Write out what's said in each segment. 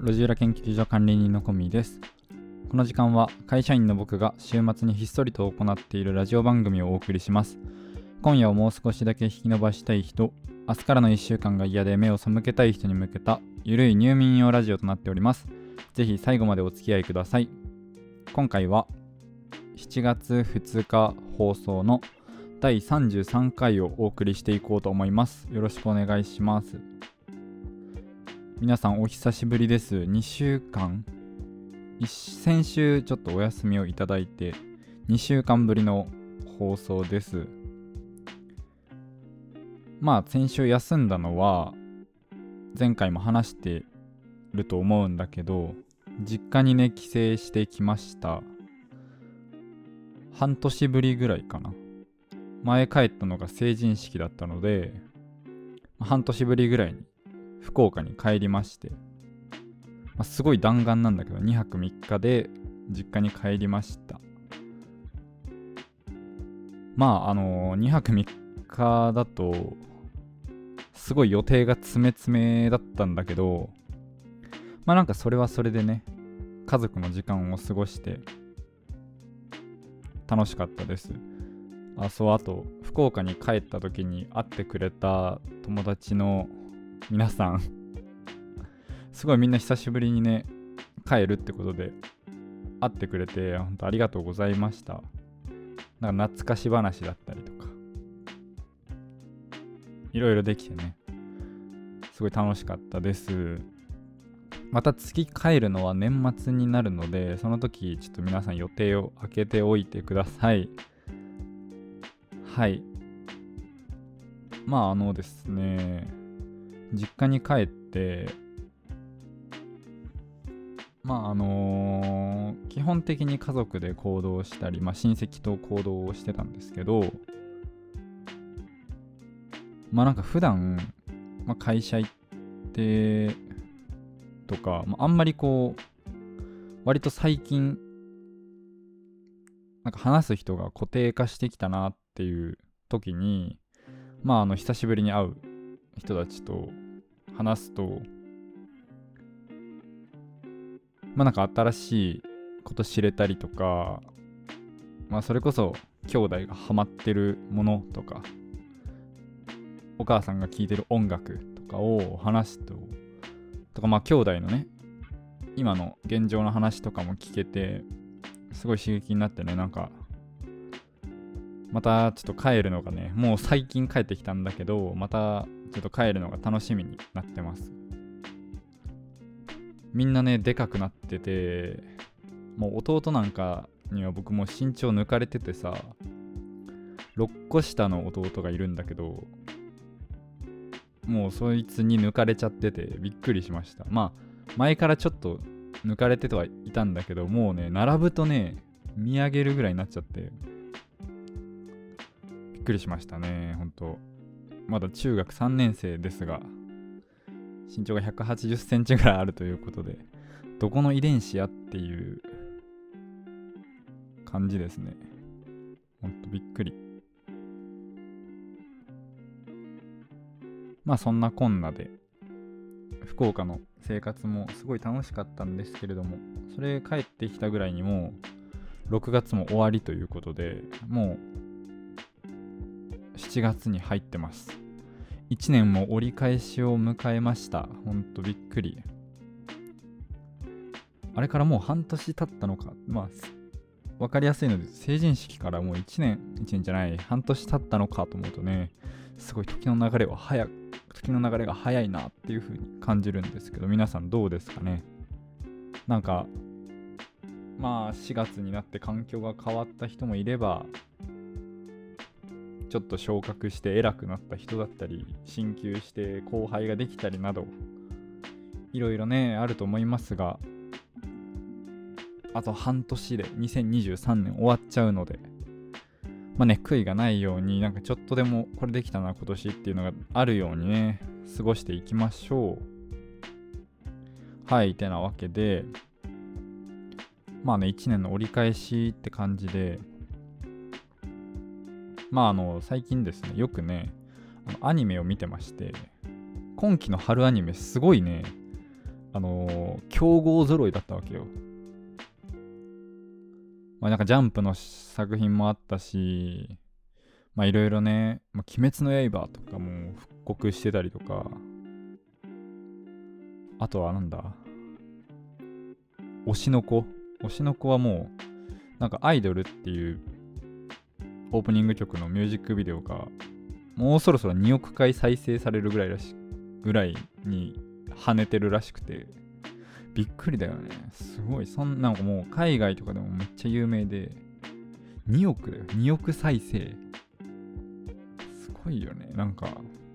路地裏研究所管理人のコミです。この時間は会社員の僕が週末にひっそりと行っているラジオ番組をお送りします。今夜をもう少しだけ引き延ばしたい人、明日からの1週間が嫌で目を背けたい人に向けたゆるい入眠用ラジオとなっております。ぜひ最後までお付き合いください。今回は7月2日放送の第33回をお送りしていこうと思います。よろしくお願いします。皆さんお久しぶりです。2週間先週ちょっとお休みをいただいて2週間ぶりの放送です。先週休んだのは前回も話してると思うんだけど、実家にね帰省してきました。半年ぶりぐらいかな。前帰ったのが成人式だったので、半年ぶりぐらいに福岡に帰りまして、すごい弾丸なんだけど2泊3日で実家に帰りました。2泊3日だとすごい予定が詰め詰めだったんだけど、なんかそれはそれでね、家族の時間を過ごして楽しかったです。あと福岡に帰った時に会ってくれた友達の皆さんすごいみんな久しぶりにね帰るってことで会ってくれて本当ありがとうございました。なんか懐かし話だったりとかいろいろできてね、すごい楽しかったです。また次帰るのは年末になるので、その時ちょっと皆さん予定を空けておいてください。はい。ですね、実家に帰って基本的に家族で行動したり、親戚と行動をしてたんですけど、なんか普段、会社行ってとか、あんまり割と最近なんか話す人が固定化してきたなっていう時に、久しぶりに会う人たちと話すと、なんか新しいこと知れたりとか、それこそ兄弟がハマってるものとか、お母さんが聴いてる音楽とかを話すとか、兄弟のね今の現状の話とかも聞けて、すごい刺激になってね、なんかまたちょっと帰るのがね、もう最近帰ってきたんだけど、またちょっと帰るのが楽しみになってます。みんなねでかくなってて、もう弟なんかには僕もう身長抜かれててさ、6個下の弟がいるんだけど、もうそいつに抜かれちゃっててびっくりしました。前からちょっと抜かれてはいたんだけど、もうね並ぶとね見上げるぐらいになっちゃってびっくりしましたね。ほんとまだ中学3年生ですが、身長が180センチぐらいあるということで、どこの遺伝子やっていう感じですね。ほんとびっくり。そんなこんなで福岡の生活もすごい楽しかったんですけれども、それ帰ってきたぐらいにもう6月も終わりということで、もう7月に入ってます。1年も折り返しを迎えました。ほんとびっくり。あれからもう半年経ったのか。わかりやすいので、成人式からもう1年じゃない、半年経ったのかと思うとね、すごい時の流れが早いなっていう風に感じるんですけど、皆さんどうですかね。なんか4月になって環境が変わった人もいれば、ちょっと昇格して偉くなった人だったり、進級して後輩ができたりなど、いろいろねあると思いますが、あと半年で2023年終わっちゃうので、悔いがないように、なんかちょっとでもこれできたな今年っていうのがあるようにね過ごしていきましょう。はい、てなわけで1年の折り返しって感じで、最近ですね、よくねアニメを見てまして、今期の春アニメすごいね強豪揃いだったわけよ。なんかジャンプの作品もあったし、いろいろね、鬼滅の刃とかも復刻してたりとか、あとはなんだ、推しの子はもうなんかアイドルっていうオープニング曲のミュージックビデオがもうそろそろ2億回再生されるぐらいに跳ねてるらしくて、びっくりだよね。すごい。なんかもう海外とかでもめっちゃ有名で、2億だよ。2億再生。すごいよね。なんか、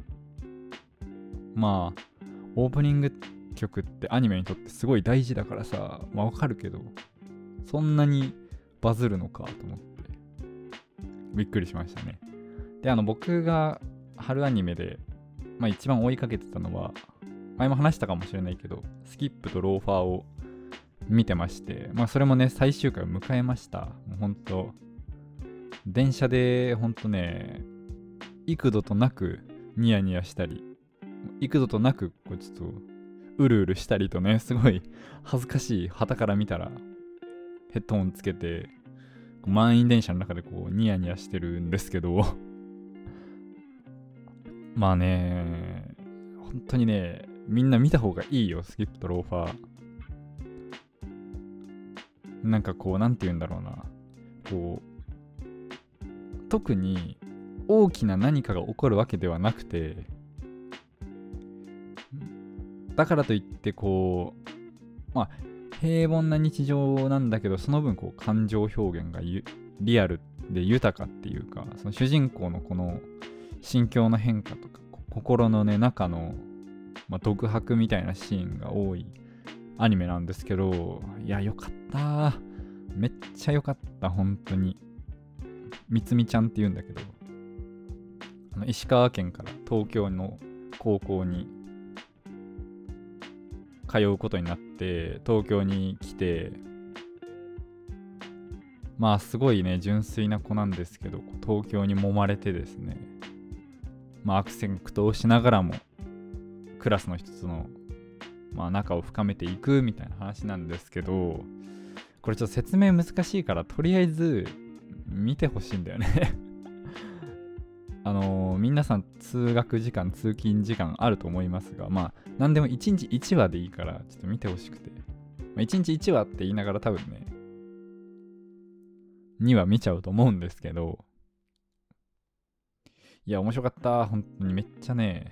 オープニング曲ってアニメにとってすごい大事だからさ、わかるけど、そんなにバズるのかと思って、びっくりしましたね。で、僕が春アニメで、一番追いかけてたのは、前も話したかもしれないけど、スキップとローファーを見てまして、それもね、最終回を迎えました。もうほんと、電車でほんとね、幾度となくニヤニヤしたり、幾度となくこうちょっとうるうるしたりとね、すごい恥ずかしい。旗から見たらヘッドホンつけて満員電車の中でこうニヤニヤしてるんですけど本当にね、みんな見た方がいいよ、スキップとローファー。なんかこう、なんて言うんだろうな、こう特に大きな何かが起こるわけではなくて、だからといってこう平凡な日常なんだけど、その分こう感情表現がリアルで豊かっていうか、その主人公のこの心境の変化とか心のね中の、独白みたいなシーンが多いアニメなんですけど、いやよかった、めっちゃよかった。本当にみつみちゃんって言うんだけど、石川県から東京の高校に通うことになって東京に来て、すごいね純粋な子なんですけど、東京に揉まれてですね、悪戦苦闘しながらもクラスの一つの仲を深めていくみたいな話なんですけど、これちょっと説明難しいからとりあえず見てほしいんだよね皆さん通学時間通勤時間あると思いますが、何でも1日1話でいいからちょっと見てほしくて、1日1話って言いながら多分ね2話見ちゃうと思うんですけど、いや面白かった。本当にめっちゃね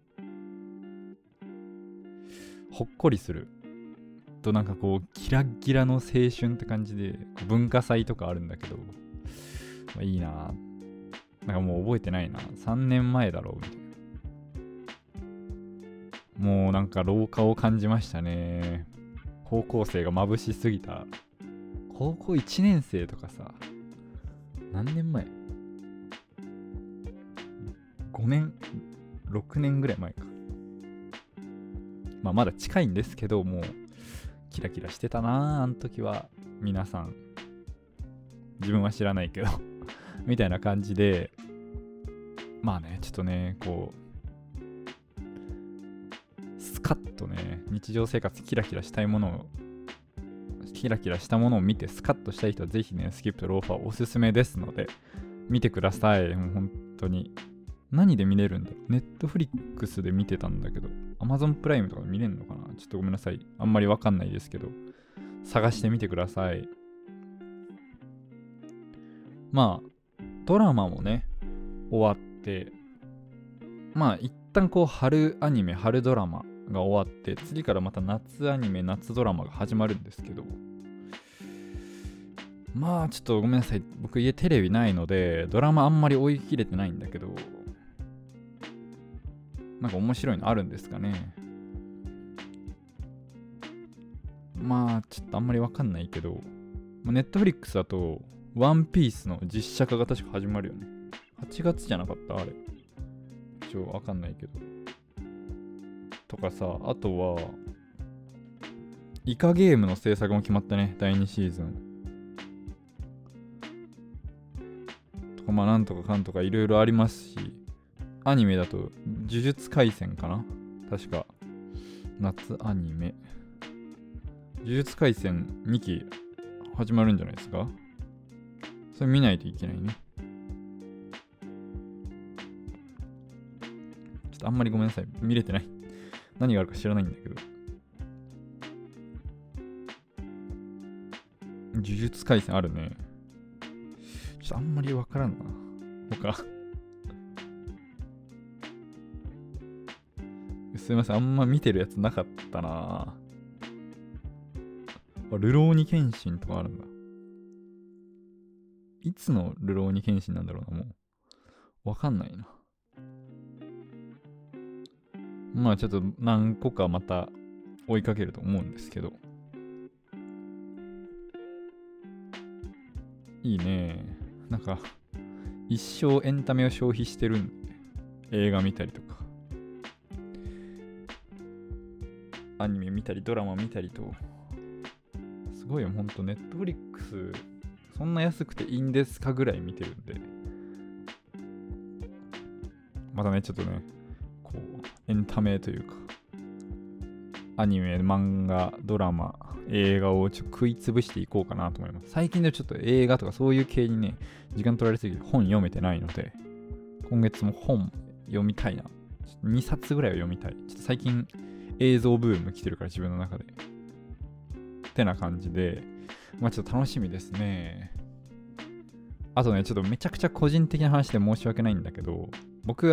ほっこりすると、なんかこうギラギラの青春って感じで、文化祭とかあるんだけど、いいな。なんかもう覚えてないな、3年前だろうみたいな。もうなんか老化を感じましたね。高校生が眩しすぎた。高校1年生とかさ、何年前 ?5 年6年ぐらい前か。まだ近いんですけど、もうキラキラしてたな、あの時は。皆さん、自分は知らないけどみたいな感じで、ちょっとねこうスカッとね、日常生活キラキラしたものを見てスカッとしたい人はぜひね、スキップとローファーおすすめですので見てください。もう本当に。何で見れるんだろう。ネットフリックスで見てたんだけど、Amazon プライムとかで見れるのかな、ちょっとごめんなさい、あんまりわかんないですけど、探してみてください。ドラマもね終わって、一旦こう春アニメ春ドラマが終わって、次からまた夏アニメ夏ドラマが始まるんですけど、ちょっとごめんなさい、僕家テレビないのでドラマあんまり追い切れてないんだけど、なんか面白いのあるんですかね。ちょっとあんまりわかんないけど、ネットフリックスだとワンピースの実写化が確か始まるよね。8月じゃなかったあれ。わかんないけど。とかさ、あとはイカゲームの制作も決まったね、第2シーズン。とかなんとかかんとかいろいろありますし、アニメだと呪術廻戦かな確か夏アニメ。呪術廻戦2期始まるんじゃないですか。それ見ないといけないね。ちょっとあんまりごめんなさい。見れてない。何があるか知らないんだけど。呪術廻戦あるね。ちょっとあんまりわからんな。他。すいません。あんま見てるやつなかったな。ルローニケンシンとかあるんだ。いつのルローニケンシンなんだろうな、もう。わかんないな。まあちょっと何個かまた追いかけると思うんですけど。いいね。なんか、一生エンタメを消費してるんで、映画見たりとか、アニメ見たり、ドラマ見たりと、すごいよ、ほんと、ネットフリックス、そんな安くていいんですかぐらい見てるんで、またね、ちょっとね、こう、エンタメというか、アニメ、漫画、ドラマ、映画をちょっと食いつぶしていこうかなと思います。最近でちょっと映画とかそういう系にね、時間取られすぎて本読めてないので、今月も本読みたいな。2冊ぐらいは読みたい。ちょっと最近映像ブーム来てるから自分の中で。ってな感じで、まあちょっと楽しみですね。あとね、ちょっとめちゃくちゃ個人的な話で申し訳ないんだけど、僕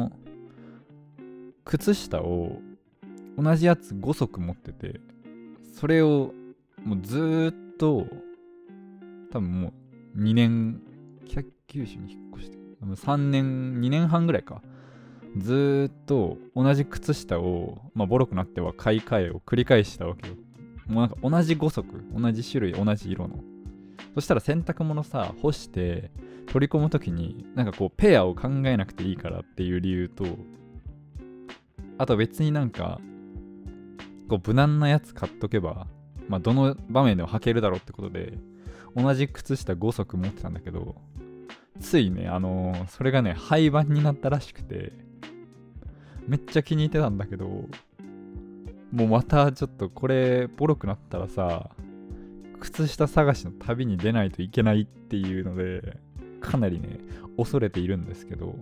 靴下を同じやつ5足持ってて、それをもうずーっと多分もう2年九州に引っ越して3年2年半ぐらいか、ずーっと同じ靴下をボロくなっては買い替えを繰り返したわけよ。もうなんか同じ5足同じ種類同じ色の、そしたら洗濯物さ干して取り込むときになんかこうペアを考えなくていいからっていう理由と、あと別になんかこう無難なやつ買っとけば、どの場面でも履けるだろうってことで同じ靴下5足持ってたんだけど、ついねそれがね廃盤になったらしくて、めっちゃ気に入ってたんだけど、もうまたちょっとこれボロくなったらさ、靴下探しの旅に出ないといけないっていうので、かなりね恐れているんですけど、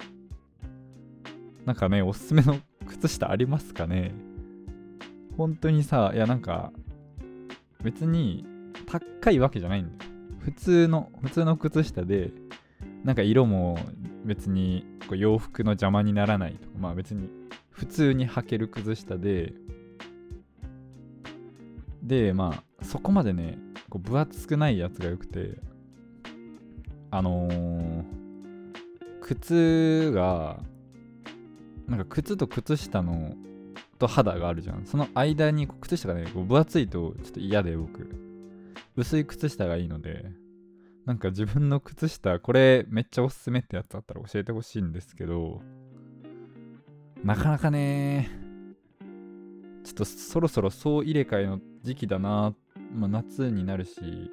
なんかねおすすめの靴下ありますかね。本当にさ、いやなんか別に高いわけじゃないんだよ。普通の靴下で、なんか色も別にこう洋服の邪魔にならないとか、別に普通に履ける靴下で、そこまでねこう分厚くないやつがよくて、靴がなんか靴と靴下のと肌があるじゃん。その間に靴下がねこう分厚いとちょっと嫌で、僕薄い靴下がいいので、なんか自分の靴下これめっちゃおすすめってやつあったら教えてほしいんですけど、なかなかねちょっとそろそろ総入れ替えの時期だな。夏になるし、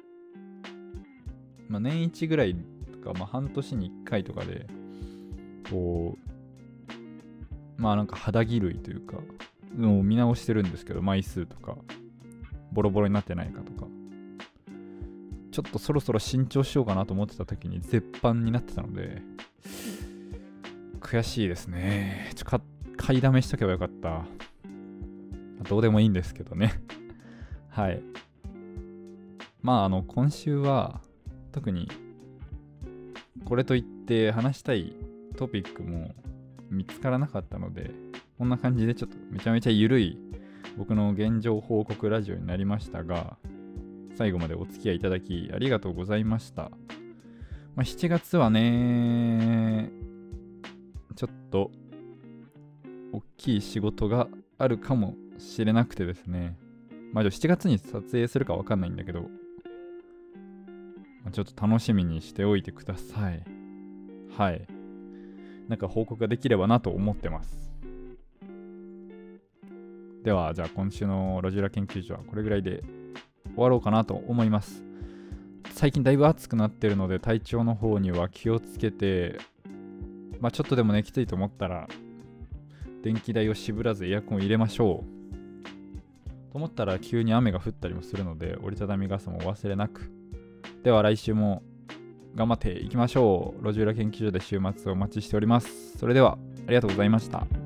年一ぐらいとか、半年に1回とかでこうなんか肌着類というかのを見直してるんですけど、枚数とかボロボロになってないかとか、ちょっとそろそろ新調しようかなと思ってた時に絶版になってたので悔しいですね。買いだめしとけばよかった。どうでもいいんですけどねはい。今週は特にこれといって話したいトピックも見つからなかったので、こんな感じでちょっとめちゃめちゃ緩い僕の現状報告ラジオになりましたが、最後までお付き合いいただきありがとうございました。7月はねちょっと大きい仕事があるかもしれなくてですね、7月に撮影するかわかんないんだけど、ちょっと楽しみにしておいてください。はい。なんか報告ができればなと思ってます。では、じゃあ今週のロジュラ研究所はこれぐらいで終わろうかなと思います。最近だいぶ暑くなってるので体調の方には気をつけて、ちょっとでもねきついと思ったら電気代を渋らずエアコンを入れましょう。 と思ったら急に雨が降ったりもするので、折りたたみ傘もお忘れなく。では来週も頑張っていきましょう。路地裏研究所で週末お待ちしております。それではありがとうございました。